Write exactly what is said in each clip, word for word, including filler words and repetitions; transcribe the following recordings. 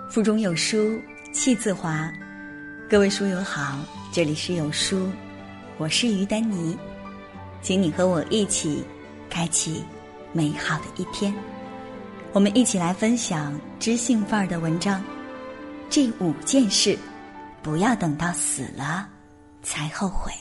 腹中有书气自华。各位书友好，这里是有书，我是于丹妮，请你和我一起开启美好的一天。我们一起来分享知性范儿的文章，这五件事不要等到死了才后悔。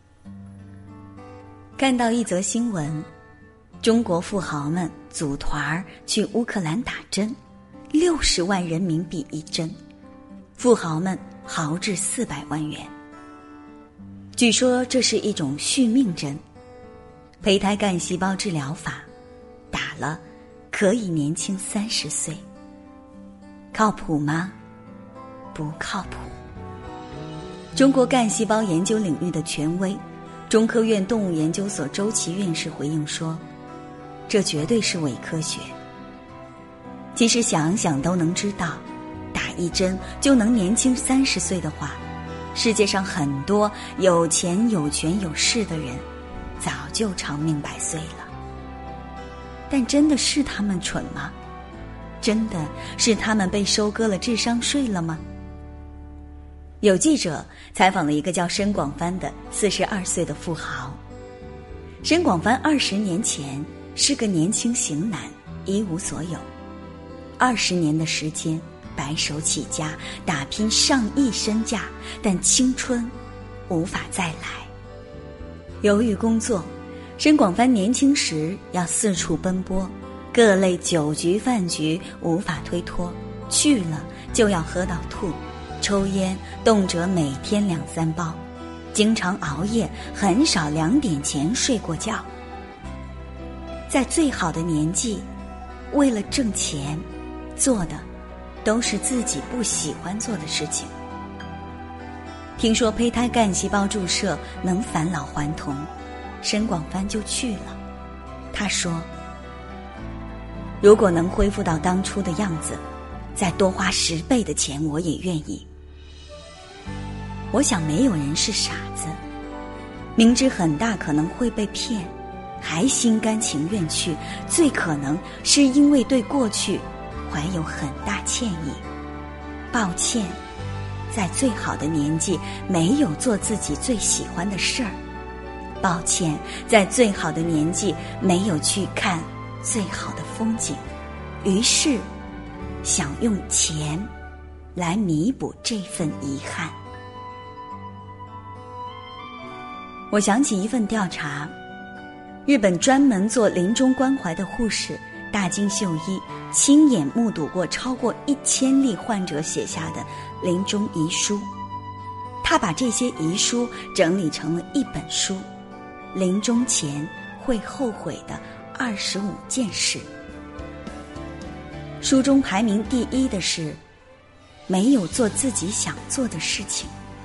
看到一则新闻，中国富豪们组团去乌克兰打针，六十万人民币一针，富豪们豪掷四百万元。据说这是一种续命针，胚胎干细胞治疗法，打了可以年轻三十岁。靠谱吗？不靠谱。中国干细胞研究领域的权威，中科院动物研究所周琦院士回应说，这绝对是伪科学。其实想想都能知道，打一针就能年轻三十岁的话，世界上很多有钱有权有势的人早就长命百岁了。但真的是他们蠢吗？真的是他们被收割了智商税了吗？有记者采访了一个叫申广帆的四十二岁的富豪。申广帆二十年前是个年轻型男，一无所有。二十年的时间，白手起家，打拼上亿身价，但青春无法再来。由于工作，申广帆年轻时要四处奔波，各类酒局饭局无法推脱，去了就要喝到吐，抽烟动辄每天两三包，经常熬夜，很少两点前睡过觉。在最好的年纪，为了挣钱，做的都是自己不喜欢做的事情。听说胚胎干细胞注射能返老还童，申广帆就去了。他说，如果能恢复到当初的样子，再多花十倍的钱我也愿意。我想没有人是傻子，明知很大可能会被骗，还心甘情愿去，最可能是因为对过去怀有很大歉意。抱歉，在最好的年纪没有做自己最喜欢的事儿。抱歉，在最好的年纪没有去看最好的风景。于是，想用钱来弥补这份遗憾。我想起一份调查，日本专门做临终关怀的护士大金秀一亲眼目睹过超过一千例患者写下的临终遗书，他把这些遗书整理成了一本书，临终前会后悔的二十五件事。书中排名第一的是没有做自己想做的事情，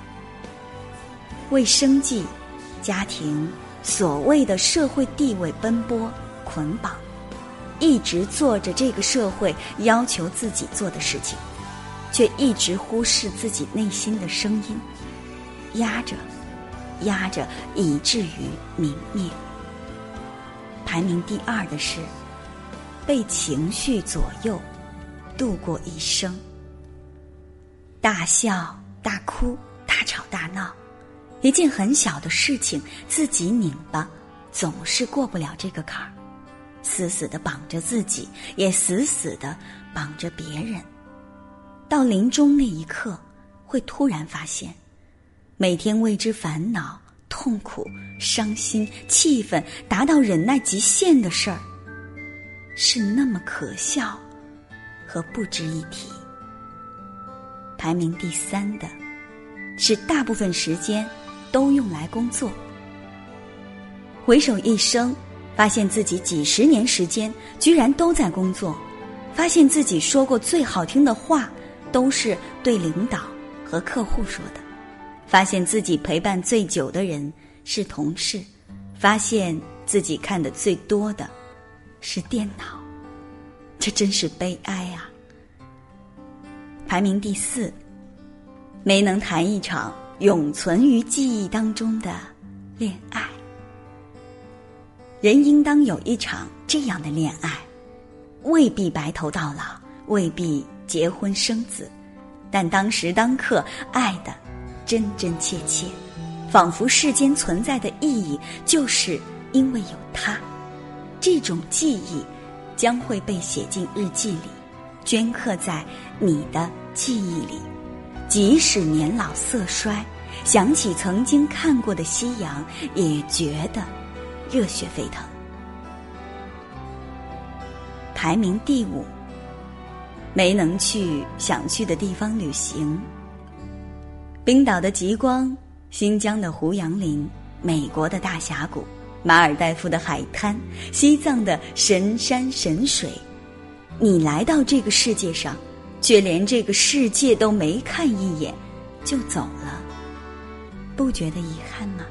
为生计、家庭、所谓的社会地位奔波捆绑，一直做着这个社会要求自己做的事情，却一直忽视自己内心的声音，压着压着以至于泯灭。排名第二的是被情绪左右度过一生，大笑大哭大吵大闹，一件很小的事情自己拧巴，总是过不了这个坎儿，死死地绑着自己，也死死地绑着别人。到临终那一刻，会突然发现，每天为之烦恼、痛苦、伤心、气愤，达到忍耐极限的事儿，是那么可笑和不值一提。排名第三的是大部分时间都用来工作。回首一生，发现自己几十年时间居然都在工作，发现自己说过最好听的话都是对领导和客户说的，发现自己陪伴最久的人是同事，发现自己看的最多的是电脑。这真是悲哀啊。排名第四，没能谈一场永存于记忆当中的恋爱。人应当有一场这样的恋爱，未必白头到老，未必结婚生子，但当时当刻爱得真真切切，仿佛世间存在的意义就是因为有他。这种记忆将会被写进日记里，镌刻在你的记忆里，即使年老色衰，想起曾经看过的夕阳，也觉得热血沸腾。排名第五，没能去想去的地方旅行。冰岛的极光，新疆的胡杨林，美国的大峡谷，马尔代夫的海滩，西藏的神山神水，你来到这个世界上，却连这个世界都没看一眼就走了，不觉得遗憾吗？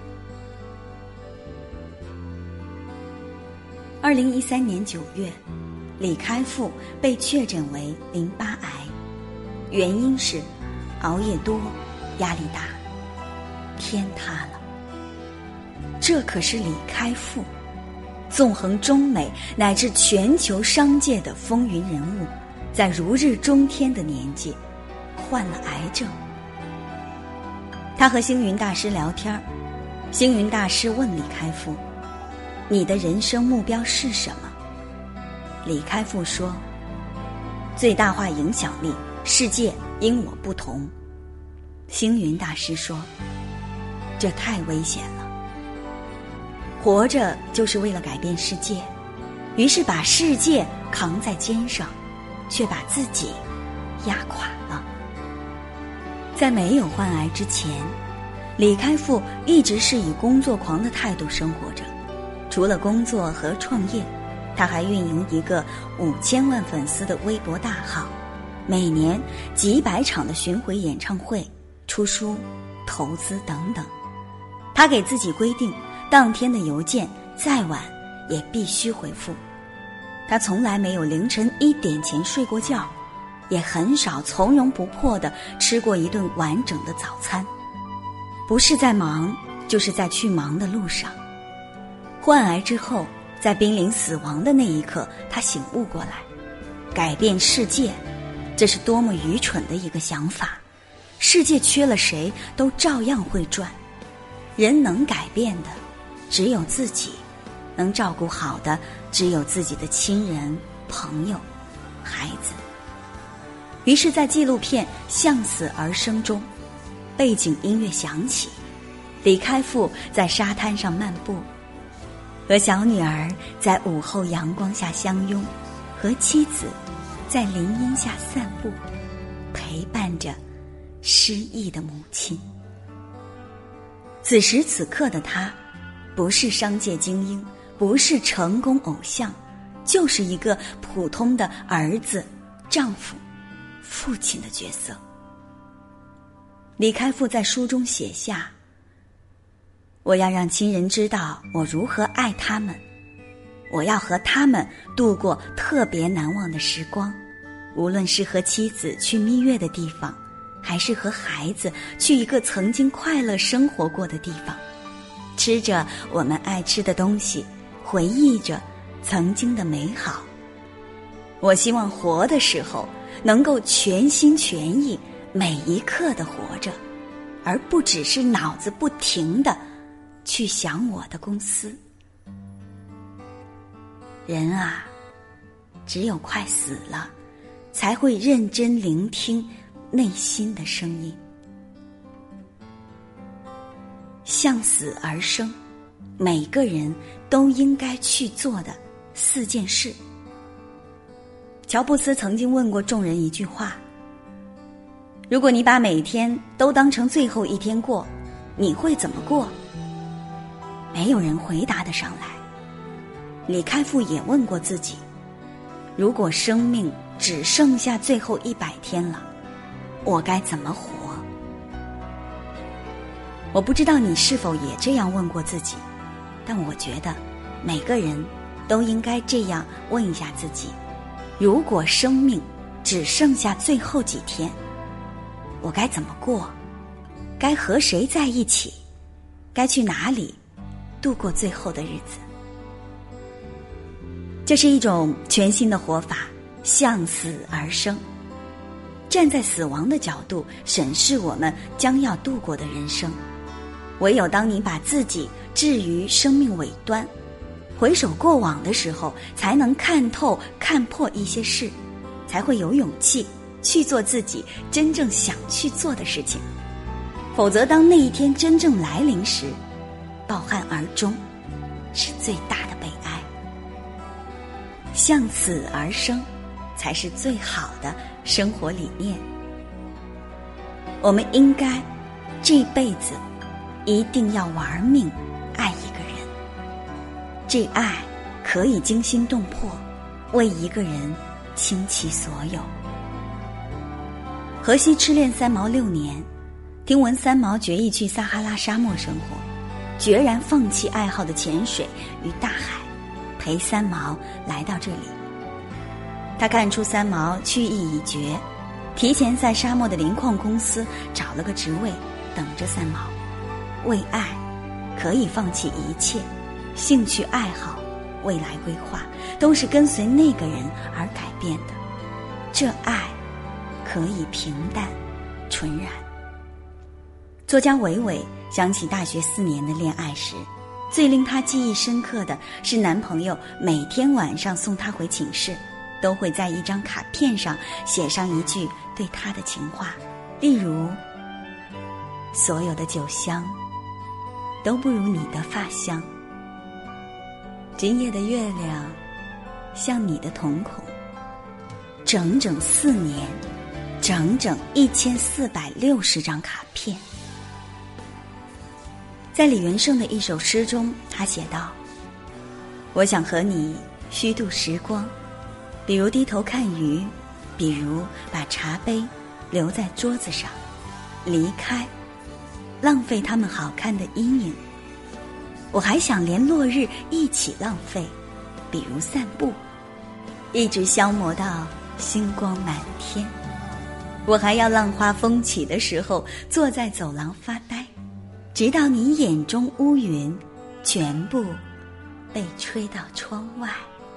二零一三年九月，李开复被确诊为淋巴癌，原因是熬夜多，压力大，天塌了。这可是李开复，纵横中美乃至全球商界的风云人物，在如日中天的年纪患了癌症。他和星云大师聊天，星云大师问李开复，你的人生目标是什么？李开复说，最大化影响力，世界因我不同。星云大师说，这太危险了，活着就是为了改变世界，于是把世界扛在肩上，却把自己压垮了。在没有患癌之前，李开复一直是以工作狂的态度生活着，除了工作和创业，他还运营一个五千万粉丝的微博大号，每年几百场的巡回演唱会、出书、投资等等。他给自己规定，当天的邮件再晚也必须回复。他从来没有凌晨一点前睡过觉，也很少从容不迫地吃过一顿完整的早餐。不是在忙，就是在去忙的路上。患癌之后，在濒临死亡的那一刻，他醒悟过来，改变世界，这是多么愚蠢的一个想法。世界缺了谁都照样会转，人能改变的只有自己，能照顾好的只有自己的亲人、朋友、孩子。于是在纪录片《向死而生》中，背景音乐响起，李开复在沙滩上漫步，和小女儿在午后阳光下相拥，和妻子在林荫下散步，陪伴着失忆的母亲。此时此刻的他，不是商界精英，不是成功偶像，就是一个普通的儿子、丈夫、父亲的角色。李开复在书中写下，我要让亲人知道我如何爱他们，我要和他们度过特别难忘的时光，无论是和妻子去蜜月的地方，还是和孩子去一个曾经快乐生活过的地方，吃着我们爱吃的东西，回忆着曾经的美好。我希望活的时候能够全心全意，每一刻的活着，而不只是脑子不停地去想我的公司。人啊，只有快死了，才会认真聆听内心的声音。向死而生，每个人都应该去做的四件事。乔布斯曾经问过众人一句话，如果你把每天都当成最后一天过，你会怎么过？没有人回答得上来。李开复也问过自己，如果生命只剩下最后一百天了，我该怎么活？我不知道你是否也这样问过自己，但我觉得每个人都应该这样问一下自己，如果生命只剩下最后几天，我该怎么过？该和谁在一起？该去哪里度过最后的日子？这是一种全新的活法，向死而生。 站在死亡的角度审视我们将要度过的人生。唯有当你把自己置于生命尾端，回首过往的时候，才能看透看破一些事，才会有勇气去做自己真正想去做的事情。否则当那一天真正来临时，抱憾而终是最大的悲哀。向死而生才是最好的生活理念。我们应该这辈子一定要玩命爱一个人，这爱可以惊心动魄，为一个人倾其所有。荷西痴恋三毛六年，听闻三毛决意去撒哈拉沙漠生活，决然放弃爱好的潜水与大海，陪三毛来到这里。他看出三毛去意已决，提前在沙漠的磷矿公司找了个职位等着三毛。为爱可以放弃一切，兴趣爱好、未来规划都是跟随那个人而改变的。这爱可以平淡纯然。作家韦韦想起大学四年的恋爱时，最令她记忆深刻的是男朋友每天晚上送她回寝室，都会在一张卡片上写上一句对她的情话，例如：所有的酒香都不如你的发香，今夜的月亮像你的瞳孔。整整四年，整整一千四百六十张卡片。在李元胜的一首诗中，他写道：我想和你虚度时光，比如低头看鱼，比如把茶杯留在桌子上，离开，浪费他们好看的阴影。我还想连落日一起浪费，比如散步，一直消磨到星光满天。我还要浪花风起的时候坐在走廊发呆，直到你眼中乌云全部被吹到窗外。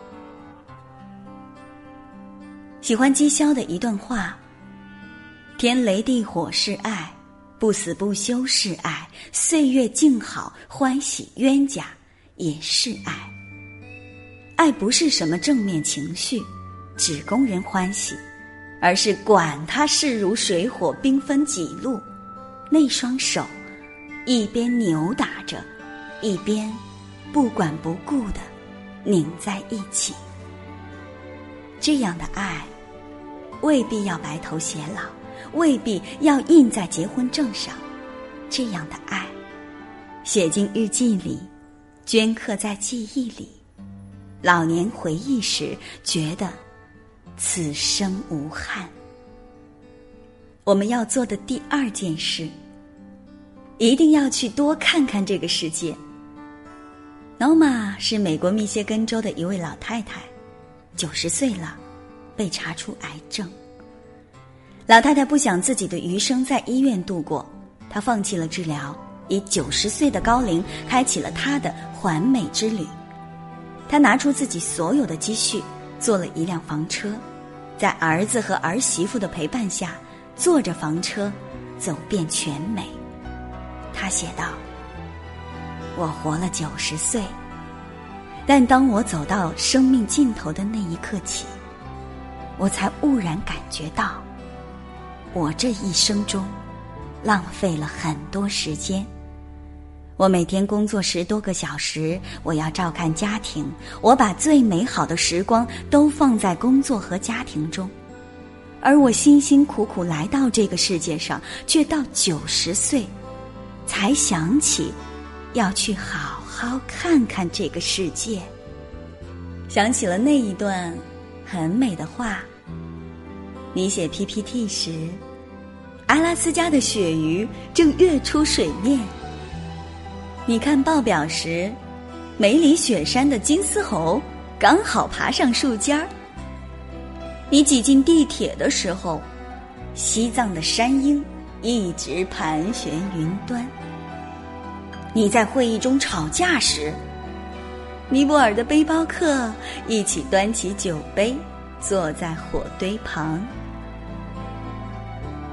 喜欢姬萧的一段话：天雷地火是爱，不死不休是爱，岁月静好欢喜冤家也是爱。爱不是什么正面情绪只供人欢喜，而是管它势如水火兵分几路，那双手一边扭打着，一边不管不顾地拧在一起。这样的爱未必要白头偕老，未必要印在结婚证上，这样的爱写进日记里，镌刻在记忆里，老年回忆时觉得此生无憾。我们要做的第二件事，一定要去多看看这个世界。Norma 是美国密歇根州的一位老太太，九十岁了，被查出癌症。老太太不想自己的余生在医院度过，她放弃了治疗，以九十岁的高龄开启了她的环美之旅。她拿出自己所有的积蓄，做了一辆房车，在儿子和儿媳妇的陪伴下，坐着房车走遍全美。她写道：我活了九十岁，但当我走到生命尽头的那一刻起，我才忽然感觉到，我这一生中浪费了很多时间。我每天工作十多个小时，我要照看家庭，我把最美好的时光都放在工作和家庭中，而我辛辛苦苦来到这个世界上，却到九十岁才想起要去好好看看这个世界。想起了那一段很美的话：你写 P P T 时，阿拉斯加的鳕鱼正跃出水面；你看报表时，梅里雪山的金丝猴刚好爬上树尖儿；你挤进地铁的时候，西藏的山鹰一直盘旋云端；你在会议中吵架时，尼泊尔的背包客一起端起酒杯，坐在火堆旁。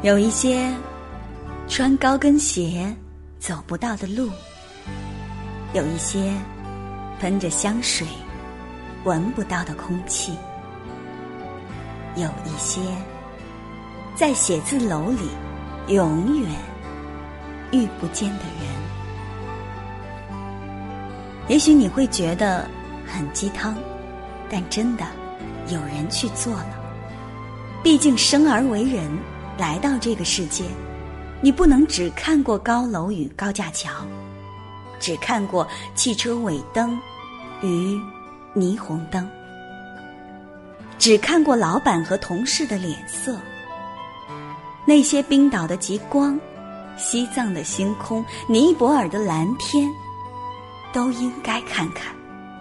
有一些穿高跟鞋走不到的路，有一些喷着香水闻不到的空气，有一些在写字楼里永远遇不见的人。也许你会觉得很鸡汤，但真的有人去做了。毕竟生而为人，来到这个世界，你不能只看过高楼与高架桥，只看过汽车尾灯与霓虹灯，只看过老板和同事的脸色。那些冰岛的极光，西藏的星空，尼泊尔的蓝天，都应该看看。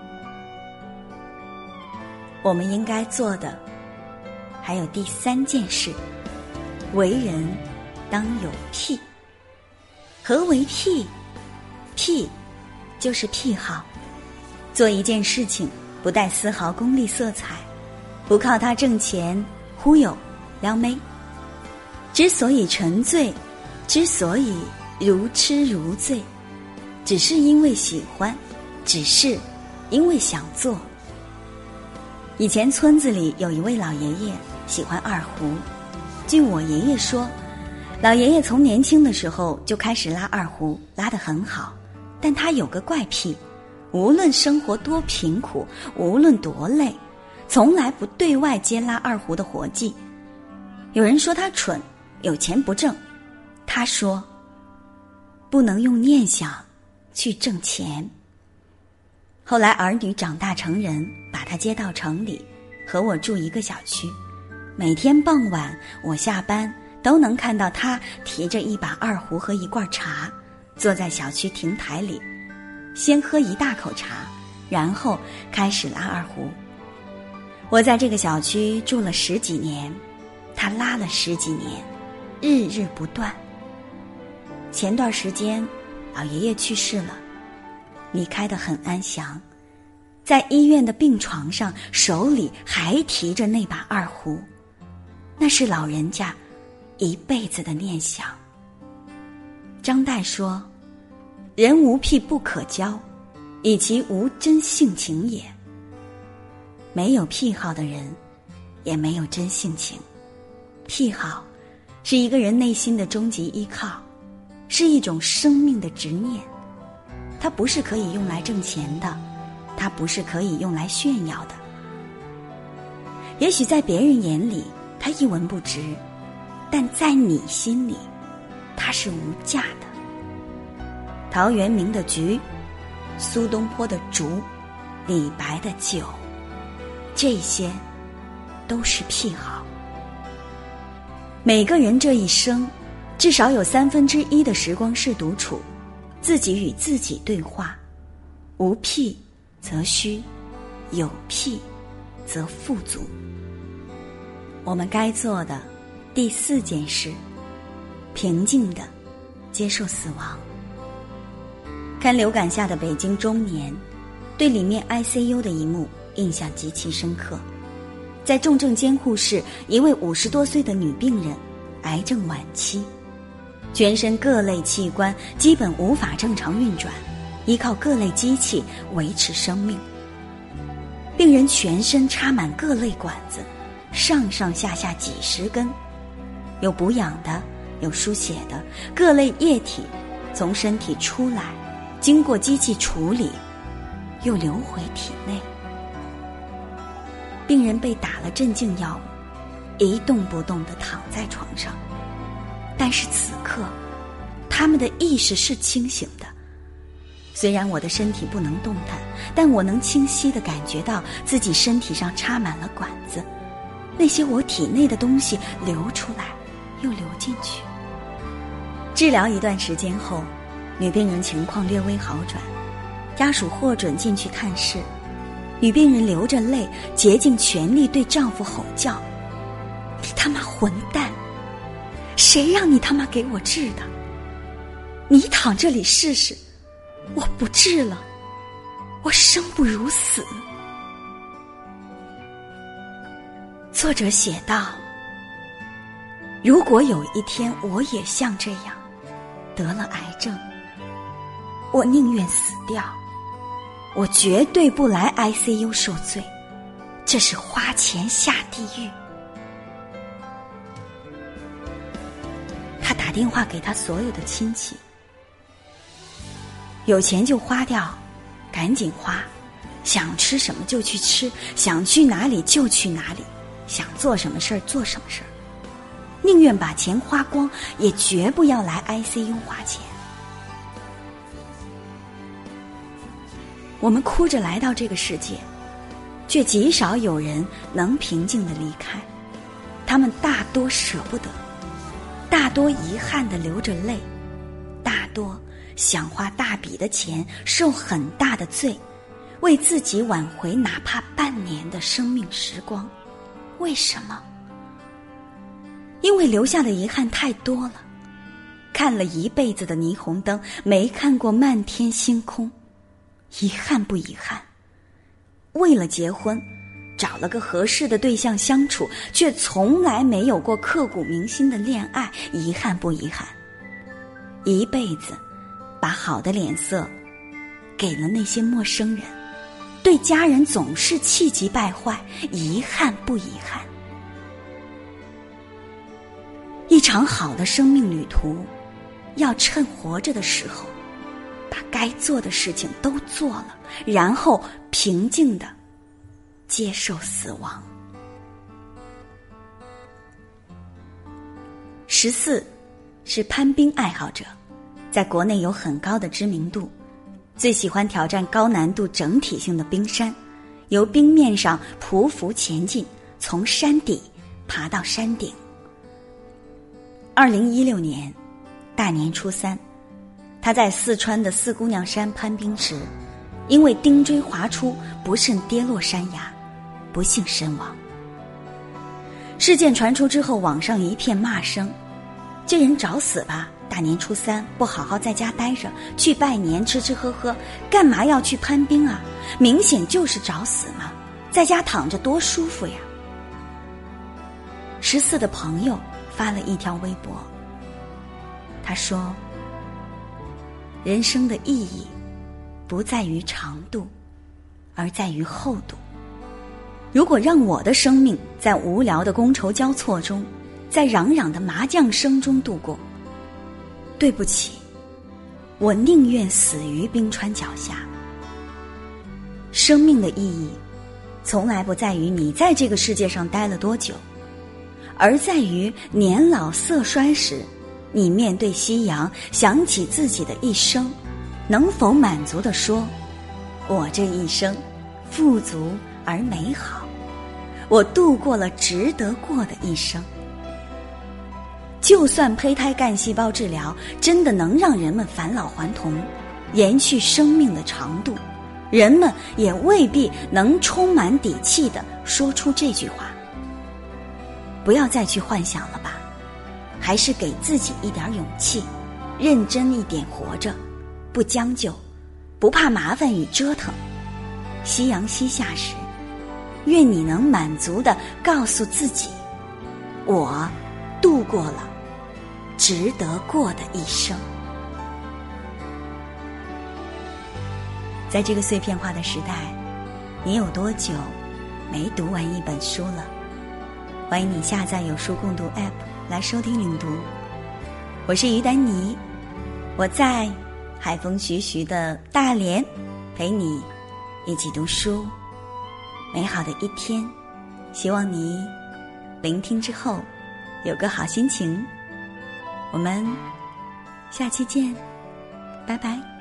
我们应该做的还有第三件事，为人当有癖。何为癖？癖就是癖好，做一件事情不带丝毫功利色彩，不靠它挣钱、忽悠、撩妹。之所以沉醉，之所以如痴如醉，只是因为喜欢，只是因为想做。以前村子里有一位老爷爷喜欢二胡，据我爷爷说，老爷爷从年轻的时候就开始拉二胡，拉得很好，但他有个怪癖，无论生活多贫苦，无论多累，从来不对外接拉二胡的活计。有人说他蠢，有钱不挣，他说不能用念想去挣钱。后来儿女长大成人，把他接到城里，和我住一个小区。每天傍晚我下班都能看到他提着一把二胡和一罐茶，坐在小区亭台里，先喝一大口茶，然后开始拉二胡。我在这个小区住了十几年，他拉了十几年，日日不断。前段时间老爷爷去世了，离开得很安详，在医院的病床上，手里还提着那把二胡，那是老人家一辈子的念想。张岱说，人无癖不可交，以其无真性情也。没有癖好的人也没有真性情。癖好是一个人内心的终极依靠，是一种生命的执念。它不是可以用来挣钱的，它不是可以用来炫耀的。也许在别人眼里它一文不值，但在你心里它是无价的。陶渊明的菊，苏东坡的竹，李白的酒，这些都是癖好。每个人这一生至少有三分之一的时光是独处，自己与自己对话。无癖则虚，有癖则富足。我们该做的第四件事，平静地接受死亡。看流感下的北京中年，对里面 I C U 的一幕印象极其深刻。在重症监护室，一位五十多岁的女病人，癌症晚期，全身各类器官基本无法正常运转，依靠各类机器维持生命。病人全身插满各类管子，上上下下几十根，有补养的，有输血的，各类液体从身体出来，经过机器处理，又流回体内。病人被打了镇静药物，一动不动地躺在床上，但是此刻他们的意识是清醒的。虽然我的身体不能动弹，但我能清晰地感觉到自己身体上插满了管子，那些我体内的东西流出来又流进去。治疗一段时间后，女病人情况略微好转，家属获准进去探视。女病人流着泪，竭尽全力对丈夫吼叫：你他妈混蛋，谁让你他妈给我治的？你躺这里试试，我不治了，我生不如死。作者写道， 如果有一天我也像这样得了癌症，我宁愿死掉，我绝对不来 I C U 受罪，这是花钱下地狱。他打电话给他所有的亲戚，有钱就花掉，赶紧花，想吃什么就去吃，想去哪里就去哪里，想做什么事儿做什么事儿，宁愿把钱花光，也绝不要来 I C U 花钱。我们哭着来到这个世界，却极少有人能平静地离开，他们大多舍不得，大多遗憾地流着泪，大多想花大笔的钱，受很大的罪，为自己挽回哪怕半年的生命时光。为什么？因为留下的遗憾太多了，看了一辈子的霓虹灯，没看过漫天星空。遗憾不遗憾？为了结婚，找了个合适的对象相处，却从来没有过刻骨铭心的恋爱，遗憾不遗憾？一辈子把好的脸色给了那些陌生人，对家人总是气急败坏，遗憾不遗憾？一场好的生命旅途，要趁活着的时候把该做的事情都做了，然后平静地接受死亡。十四是攀冰爱好者，在国内有很高的知名度，最喜欢挑战高难度整体性的冰山，由冰面上匍匐前进，从山底爬到山顶。二零一六年大年初三，他在四川的四姑娘山攀冰时，因为钉锥滑出，不慎跌落山崖，不幸身亡。事件传出之后，网上一片骂声，这人找死吧，大年初三不好好在家待着，去拜年吃吃喝喝，干嘛要去攀冰啊？明显就是找死嘛，在家躺着多舒服呀。十四的朋友发了一条微博，他说，人生的意义不在于长度，而在于厚度。如果让我的生命在无聊的觥筹交错中，在嚷嚷的麻将声中度过，对不起，我宁愿死于冰川脚下。生命的意义从来不在于你在这个世界上待了多久，而在于年老色衰时，你面对夕阳，想起自己的一生，能否满足地说，我这一生富足而美好，我度过了值得过的一生。就算胚胎干细胞治疗真的能让人们返老还童，延续生命的长度，人们也未必能充满底气地说出这句话。不要再去幻想了吧，还是给自己一点勇气，认真一点活着，不将就，不怕麻烦与折腾。夕阳西下时，愿你能满足地告诉自己，我度过了值得过的一生。在这个碎片化的时代，你有多久没读完一本书了？欢迎你下载有书共读 App 来收听领读。我是于丹妮，我在海风徐徐的大连陪你一起读书。美好的一天，希望你聆听之后有个好心情。我们下期见，拜拜。